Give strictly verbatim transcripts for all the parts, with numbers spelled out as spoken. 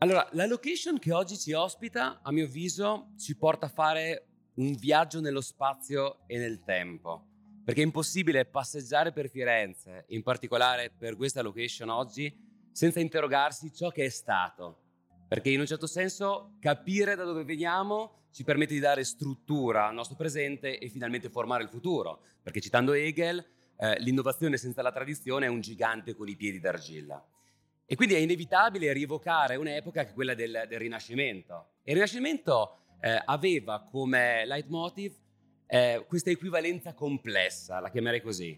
Allora, la location che oggi ci ospita, a mio avviso, ci porta a fare un viaggio nello spazio e nel tempo, perché è impossibile passeggiare per Firenze, in particolare per questa location oggi, senza interrogarsi ciò che è stato, perché in un certo senso capire da dove veniamo ci permette di dare struttura al nostro presente e finalmente formare il futuro, perché citando Hegel, eh, l'innovazione senza la tradizione è un gigante con i piedi d'argilla. E quindi è inevitabile rievocare un'epoca che è quella del, del Rinascimento. E il Rinascimento eh, aveva come leitmotiv eh, questa equivalenza complessa, la chiamerei così: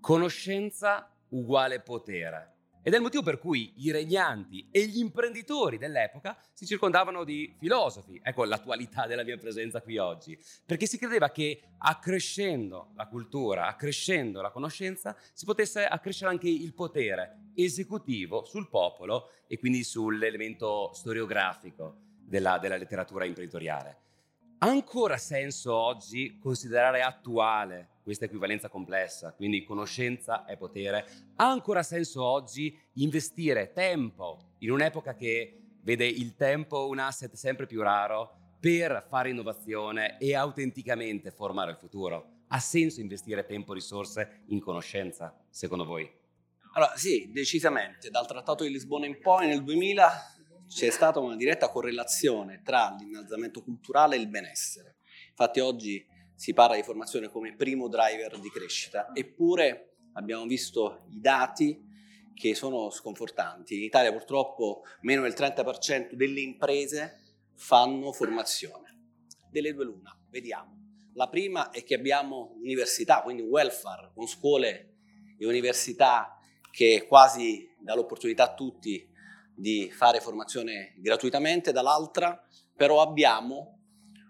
conoscenza uguale potere. Ed è il motivo per cui i regnanti e gli imprenditori dell'epoca si circondavano di filosofi. Ecco l'attualità della mia presenza qui oggi. Perché si credeva che accrescendo la cultura, accrescendo la conoscenza, si potesse accrescere anche il potere esecutivo sul popolo e quindi sull'elemento storiografico della, della letteratura imprenditoriale. Ha ancora senso oggi considerare attuale questa equivalenza complessa, quindi conoscenza e potere? Ha ancora senso oggi investire tempo in un'epoca che vede il tempo un asset sempre più raro per fare innovazione e autenticamente formare il futuro? Ha senso investire tempo e risorse in conoscenza, secondo voi? Allora sì, decisamente. Dal Trattato di Lisbona in poi, nel duemila, c'è stata una diretta correlazione tra l'innalzamento culturale e il benessere. Infatti oggi si parla di formazione come primo driver di crescita, eppure abbiamo visto i dati che sono sconfortanti. In Italia purtroppo meno del trenta per cento delle imprese fanno formazione. Delle due l'una, vediamo. La prima è che abbiamo università, quindi welfare, con scuole e università che quasi dà l'opportunità a tutti di fare formazione gratuitamente. Dall'altra però abbiamo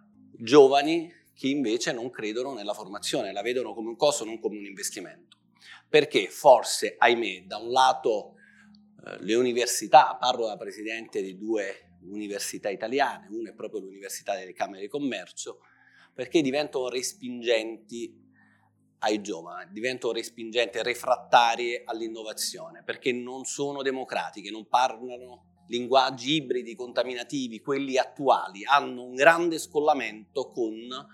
giovani che invece non credono nella formazione, la vedono come un costo, non come un investimento. Perché forse, ahimè, da un lato eh, le università, parlo da presidente di due università italiane, una è proprio l'Università delle Camere di Commercio, perché diventano respingenti ai giovani, diventano respingenti e refrattarie all'innovazione, perché non sono democratiche, non parlano linguaggi ibridi, contaminativi, quelli attuali, hanno un grande scollamento con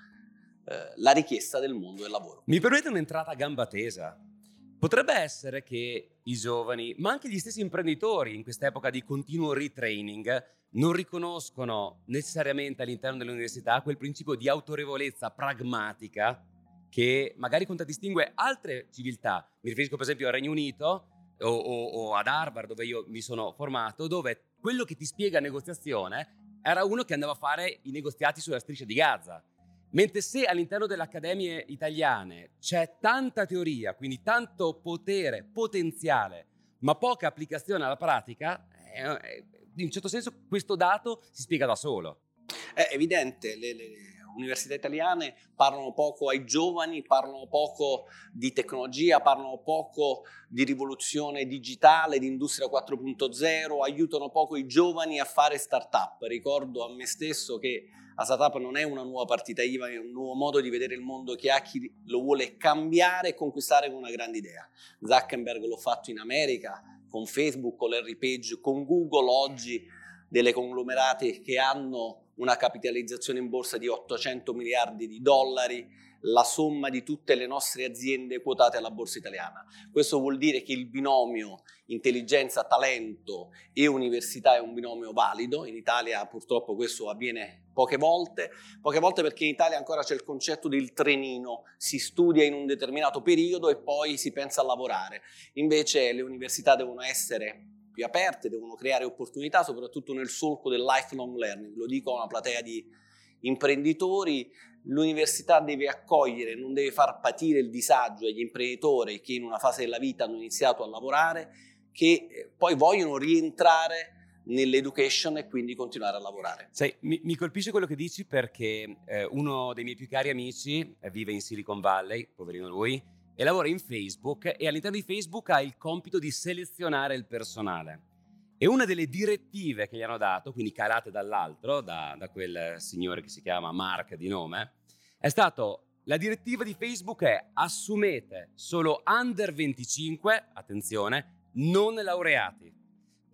eh, la richiesta del mondo del lavoro. Mi permette un'entrata a gamba tesa? Potrebbe essere che i giovani, ma anche gli stessi imprenditori in quest'epoca di continuo retraining, non riconoscono necessariamente all'interno dell'università quel principio di autorevolezza pragmatica che magari contraddistingue altre civiltà. Mi riferisco per esempio al Regno Unito o, o, o ad Harvard, dove io mi sono formato, dove quello che ti spiega negoziazione era uno che andava a fare i negoziati sulla striscia di Gaza. Mentre se all'interno delle accademie italiane c'è tanta teoria, quindi tanto potere potenziale, ma poca applicazione alla pratica, eh, in un certo senso questo dato si spiega da solo. È evidente, le, le università italiane parlano poco ai giovani, parlano poco di tecnologia, parlano poco di rivoluzione digitale, di industria quattro punto zero, aiutano poco i giovani a fare start-up. Ricordo a me stesso che la startup non è una nuova partita I V A, è un nuovo modo di vedere il mondo che ha chi lo vuole cambiare e conquistare con una grande idea. Zuckerberg l'ha fatto in America, con Facebook, con Larry Page, con Google, oggi delle conglomerati che hanno una capitalizzazione in borsa di ottocento miliardi di dollari, la somma di tutte le nostre aziende quotate alla borsa italiana. Questo vuol dire che il binomio intelligenza, talento e università è un binomio valido. In Italia purtroppo questo avviene poche volte, poche volte perché in Italia ancora c'è il concetto del trenino, si studia in un determinato periodo e poi si pensa a lavorare. Invece le università devono essere più aperte, devono creare opportunità, soprattutto nel solco del lifelong learning. Lo dico a una platea di imprenditori: l'università deve accogliere, non deve far patire il disagio agli imprenditori che in una fase della vita hanno iniziato a lavorare, che poi vogliono rientrare nell'education e quindi continuare a lavorare. Sai, mi, mi colpisce quello che dici perché eh, uno dei miei più cari amici eh, vive in Silicon Valley, poverino lui, e lavora in Facebook, e all'interno di Facebook ha il compito di selezionare il personale. E una delle direttive che gli hanno dato, quindi calate dall'altro, da, da quel signore che si chiama Mark di nome, è stato: la direttiva di Facebook è: assumete solo under venticinque, attenzione, non laureati.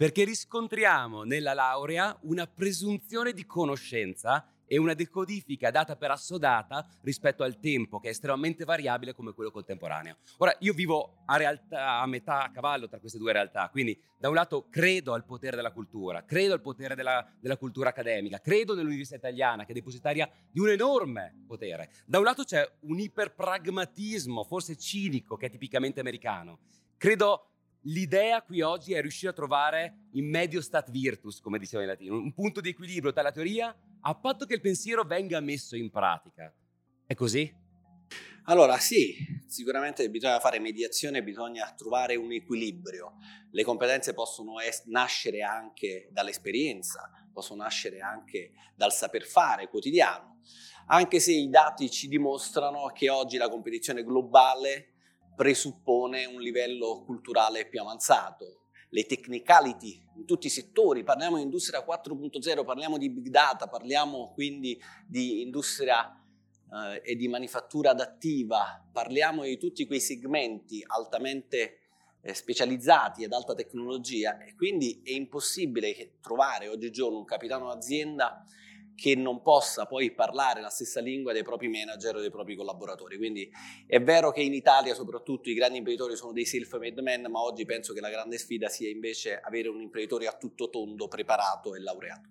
perché riscontriamo nella laurea una presunzione di conoscenza e una decodifica data per assodata rispetto al tempo, che è estremamente variabile come quello contemporaneo. Ora, io vivo a realtà a metà a cavallo tra queste due realtà, quindi da un lato credo al potere della cultura, credo al potere della, della cultura accademica, credo nell'università italiana che è depositaria di un enorme potere. Da un lato c'è un iperpragmatismo, forse cinico, che è tipicamente americano. Credo l'idea qui oggi è riuscire a trovare in medio stat virtus, come diceva in latino, un punto di equilibrio tra la teoria a patto che il pensiero venga messo in pratica. È così? Allora sì, sicuramente bisogna fare mediazione, bisogna trovare un equilibrio. Le competenze possono es- nascere anche dall'esperienza, possono nascere anche dal saper fare quotidiano, anche se i dati ci dimostrano che oggi la competizione globale presuppone un livello culturale più avanzato. Le technicality in tutti i settori, parliamo di industria quattro punto zero, parliamo di big data, parliamo quindi di industria eh, e di manifattura adattiva, parliamo di tutti quei segmenti altamente eh, specializzati ad alta tecnologia, e quindi è impossibile che trovare oggigiorno un capitano d'azienda che non possa poi parlare la stessa lingua dei propri manager o dei propri collaboratori. Quindi è vero che in Italia soprattutto i grandi imprenditori sono dei self-made men, ma oggi penso che la grande sfida sia invece avere un imprenditore a tutto tondo, preparato e laureato.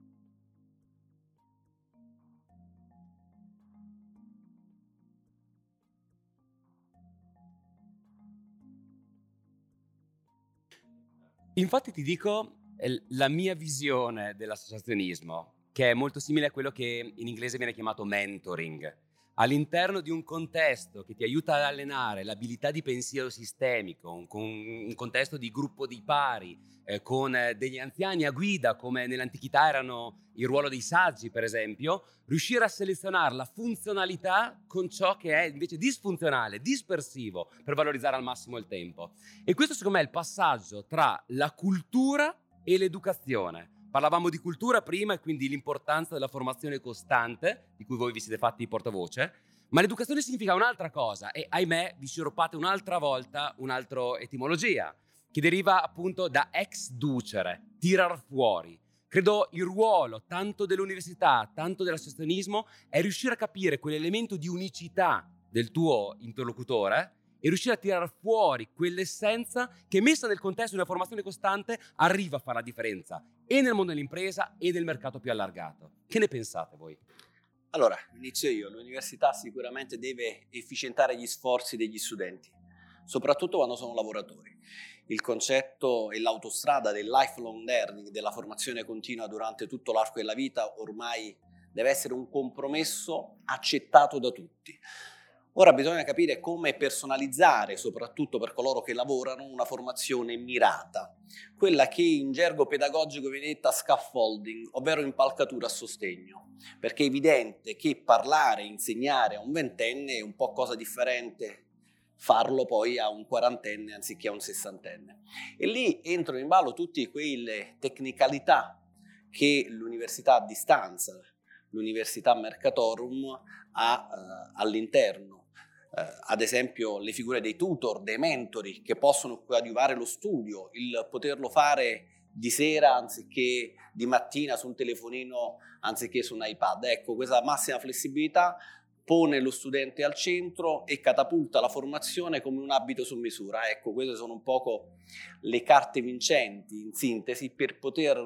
Infatti ti dico eh, la mia visione dell'associazionismo, che è molto simile a quello che in inglese viene chiamato mentoring. All'interno di un contesto che ti aiuta ad allenare l'abilità di pensiero sistemico, un, un contesto di gruppo di pari, eh, con eh, degli anziani a guida, come nell'antichità erano il ruolo dei saggi, per esempio, riuscire a selezionare la funzionalità con ciò che è invece disfunzionale, dispersivo, per valorizzare al massimo il tempo. E questo secondo me è il passaggio tra la cultura e l'educazione. Parlavamo di cultura prima e quindi l'importanza della formazione costante, di cui voi vi siete fatti portavoce, ma l'educazione significa un'altra cosa e ahimè vi sciroppate un'altra volta un'altra etimologia, che deriva appunto da ex ducere, tirar fuori. Credo il ruolo tanto dell'università, tanto dell'associazionismo è riuscire a capire quell'elemento di unicità del tuo interlocutore e riuscire a tirar fuori quell'essenza che, messa nel contesto di una formazione costante, arriva a fare la differenza e nel mondo dell'impresa e nel mercato più allargato. Che ne pensate voi? Allora, inizio io. L'università sicuramente deve efficientare gli sforzi degli studenti, soprattutto quando sono lavoratori. Il concetto e l'autostrada del lifelong learning, della formazione continua durante tutto l'arco della vita, ormai deve essere un compromesso accettato da tutti. Ora bisogna capire come personalizzare, soprattutto per coloro che lavorano, una formazione mirata, quella che in gergo pedagogico viene detta scaffolding, ovvero impalcatura a sostegno, perché è evidente che parlare, insegnare a un ventenne è un po' cosa differente farlo poi a un quarantenne anziché a un sessantenne. E lì entrano in ballo tutte quelle tecnicalità che l'università a distanza, l'università Mercatorum ha eh, all'interno. Uh, ad esempio le figure dei tutor, dei mentori che possono coadiuvare lo studio, il poterlo fare di sera anziché di mattina su un telefonino anziché su un iPad. Ecco, questa massima flessibilità pone lo studente al centro e catapulta la formazione come un abito su misura. Ecco, queste sono un poco le carte vincenti, in sintesi, per poter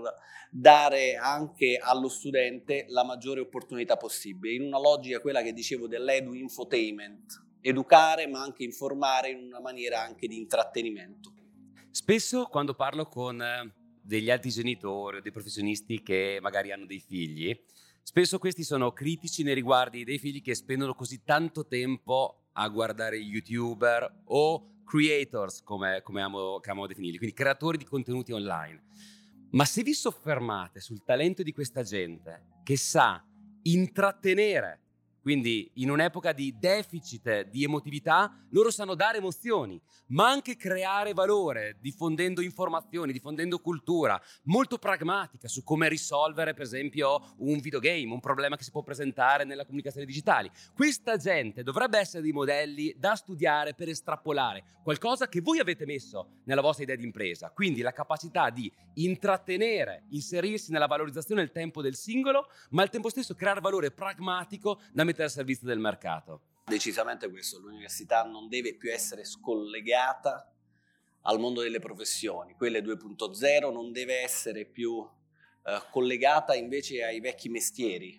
dare anche allo studente la maggiore opportunità possibile, in una logica, quella che dicevo, dell'edu infotainment. Educare ma anche informare in una maniera anche di intrattenimento. Spesso quando parlo con degli altri genitori o dei professionisti che magari hanno dei figli, spesso questi sono critici nei riguardi dei figli che spendono così tanto tempo a guardare YouTuber o creators, come, come amo, che amo definirli, quindi creatori di contenuti online. Ma se vi soffermate sul talento di questa gente che sa intrattenere Quindi in un'epoca di deficit di emotività, loro sanno dare emozioni, ma anche creare valore, diffondendo informazioni, diffondendo cultura, molto pragmatica su come risolvere, per esempio, un videogame, un problema che si può presentare nella comunicazione digitale. Questa gente dovrebbe essere dei modelli da studiare per estrapolare qualcosa che voi avete messo nella vostra idea di impresa. Quindi la capacità di intrattenere, inserirsi nella valorizzazione del tempo del singolo, ma al tempo stesso creare valore pragmatico da mettere al servizio del mercato. Decisamente questo, l'università non deve più essere scollegata al mondo delle professioni, quelle due punto zero, non deve essere più eh, collegata invece ai vecchi mestieri.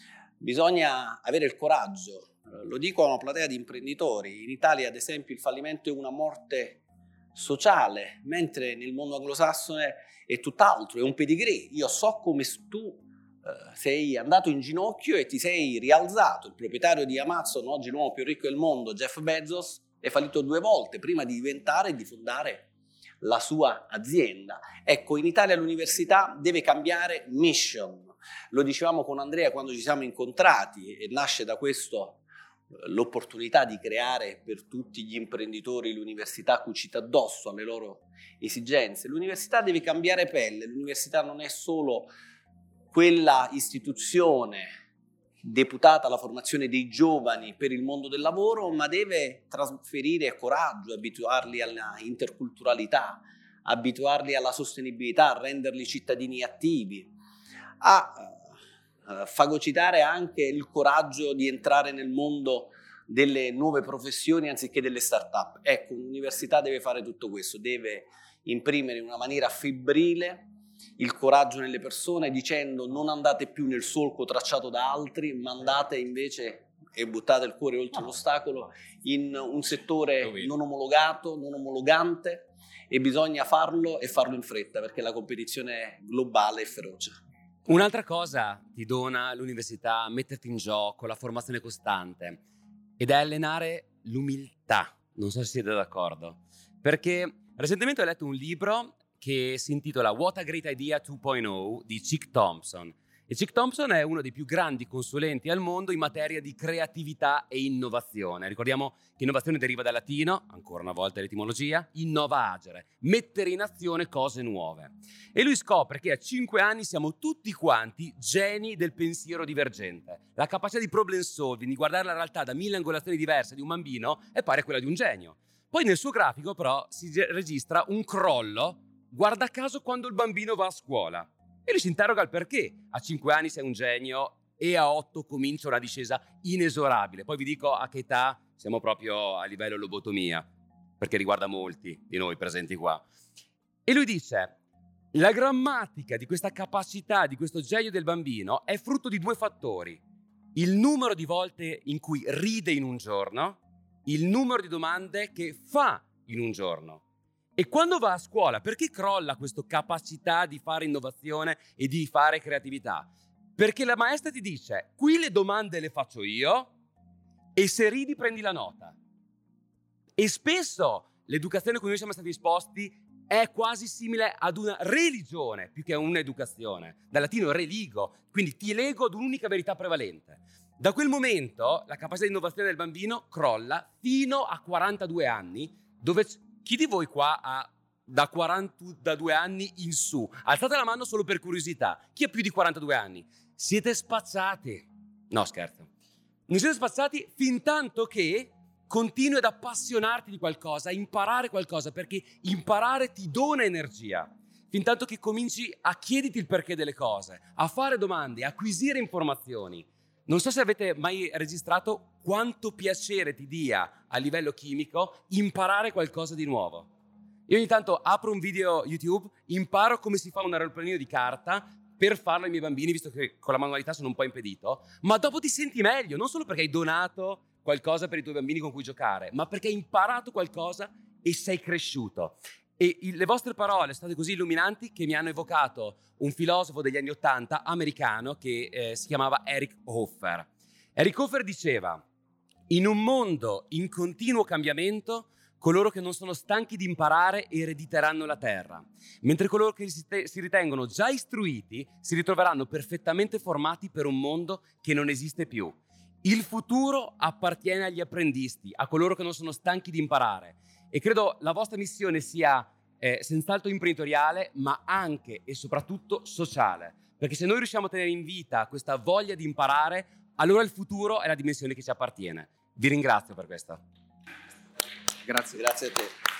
Bisogna avere il coraggio, lo dico a una platea di imprenditori. In Italia, ad esempio, il fallimento è una morte sociale, mentre nel mondo anglosassone è tutt'altro, è un pedigree. Io so come tu sei andato in ginocchio e ti sei rialzato. Il proprietario di Amazon, oggi l'uomo più ricco del mondo, Jeff Bezos, è fallito due volte prima di diventare e di fondare la sua azienda. Ecco, in Italia l'università deve cambiare mission. Lo dicevamo con Andrea quando ci siamo incontrati, e nasce da questo l'opportunità di creare per tutti gli imprenditori l'università cucita addosso alle loro esigenze. L'università deve cambiare pelle, l'università non è solo quella istituzione deputata alla formazione dei giovani per il mondo del lavoro, ma deve trasferire coraggio, abituarli alla interculturalità, abituarli alla sostenibilità, renderli cittadini attivi, a uh, fagocitare anche il coraggio di entrare nel mondo delle nuove professioni anziché delle start-up. Ecco, l'università deve fare tutto questo, deve imprimere in una maniera febbrile il coraggio nelle persone, dicendo: non andate più nel solco tracciato da altri, ma andate invece e buttate il cuore oltre l'ostacolo in un settore non omologato, non omologante, e bisogna farlo e farlo in fretta perché la competizione globale è feroce. Un'altra cosa ti dona l'università, metterti in gioco, la formazione costante, ed è allenare l'umiltà. Non so se siete d'accordo, perché recentemente ho letto un libro che si intitola What a Great Idea due punto zero di Chick Thompson. E Chick Thompson è uno dei più grandi consulenti al mondo in materia di creatività e innovazione. Ricordiamo che innovazione deriva dal latino, ancora una volta l'etimologia, innova agere, mettere in azione cose nuove. E lui scopre che a cinque anni siamo tutti quanti geni del pensiero divergente. La capacità di problem solving, di guardare la realtà da mille angolazioni diverse di un bambino è pari a quella di un genio. Poi nel suo grafico però si registra un crollo, guarda caso, quando il bambino va a scuola. E lui si interroga il perché. A cinque anni sei un genio e a otto comincia una discesa inesorabile. Poi vi dico a che età siamo proprio a livello lobotomia, perché riguarda molti di noi presenti qua. E lui dice: la grammatica di questa capacità, di questo genio del bambino, è frutto di due fattori. Il numero di volte in cui ride in un giorno, il numero di domande che fa in un giorno. E quando va a scuola, perché crolla questa capacità di fare innovazione e di fare creatività? Perché la maestra ti dice: qui le domande le faccio io e se ridi prendi la nota. E spesso l'educazione a cui noi siamo stati esposti è quasi simile ad una religione più che a un'educazione. Dal latino religo, quindi ti lego ad un'unica verità prevalente. Da quel momento la capacità di innovazione del bambino crolla fino a quarantadue anni, dove chi di voi qua ha da quarantadue anni in su? Alzate la mano solo per curiosità. Chi ha più di quarantadue anni? Siete spazzati. No, scherzo. Non siete spazzati fin tanto che continui ad appassionarti di qualcosa, a imparare qualcosa, perché imparare ti dona energia. Fin tanto che cominci a chiederti il perché delle cose, a fare domande, a acquisire informazioni. Non so se avete mai registrato quanto piacere ti dia a livello chimico imparare qualcosa di nuovo. Io ogni tanto apro un video YouTube, imparo come si fa un aeroplanino di carta per farlo ai miei bambini, visto che con la manualità sono un po' impedito, ma dopo ti senti meglio, non solo perché hai donato qualcosa per i tuoi bambini con cui giocare, ma perché hai imparato qualcosa e sei cresciuto. E le vostre parole sono state così illuminanti che mi hanno evocato un filosofo degli anni Ottanta americano che eh, si chiamava Eric Hoffer. Eric Hoffer diceva: in un mondo in continuo cambiamento, coloro che non sono stanchi di imparare erediteranno la terra, mentre coloro che si, te- si ritengono già istruiti si ritroveranno perfettamente formati per un mondo che non esiste più. Il futuro appartiene agli apprendisti, a coloro che non sono stanchi di imparare. E credo la vostra missione sia eh, senz'altro imprenditoriale, ma anche e soprattutto sociale. Perché se noi riusciamo a tenere in vita questa voglia di imparare, allora il futuro è la dimensione che ci appartiene. Vi ringrazio per questo. Grazie, grazie a te.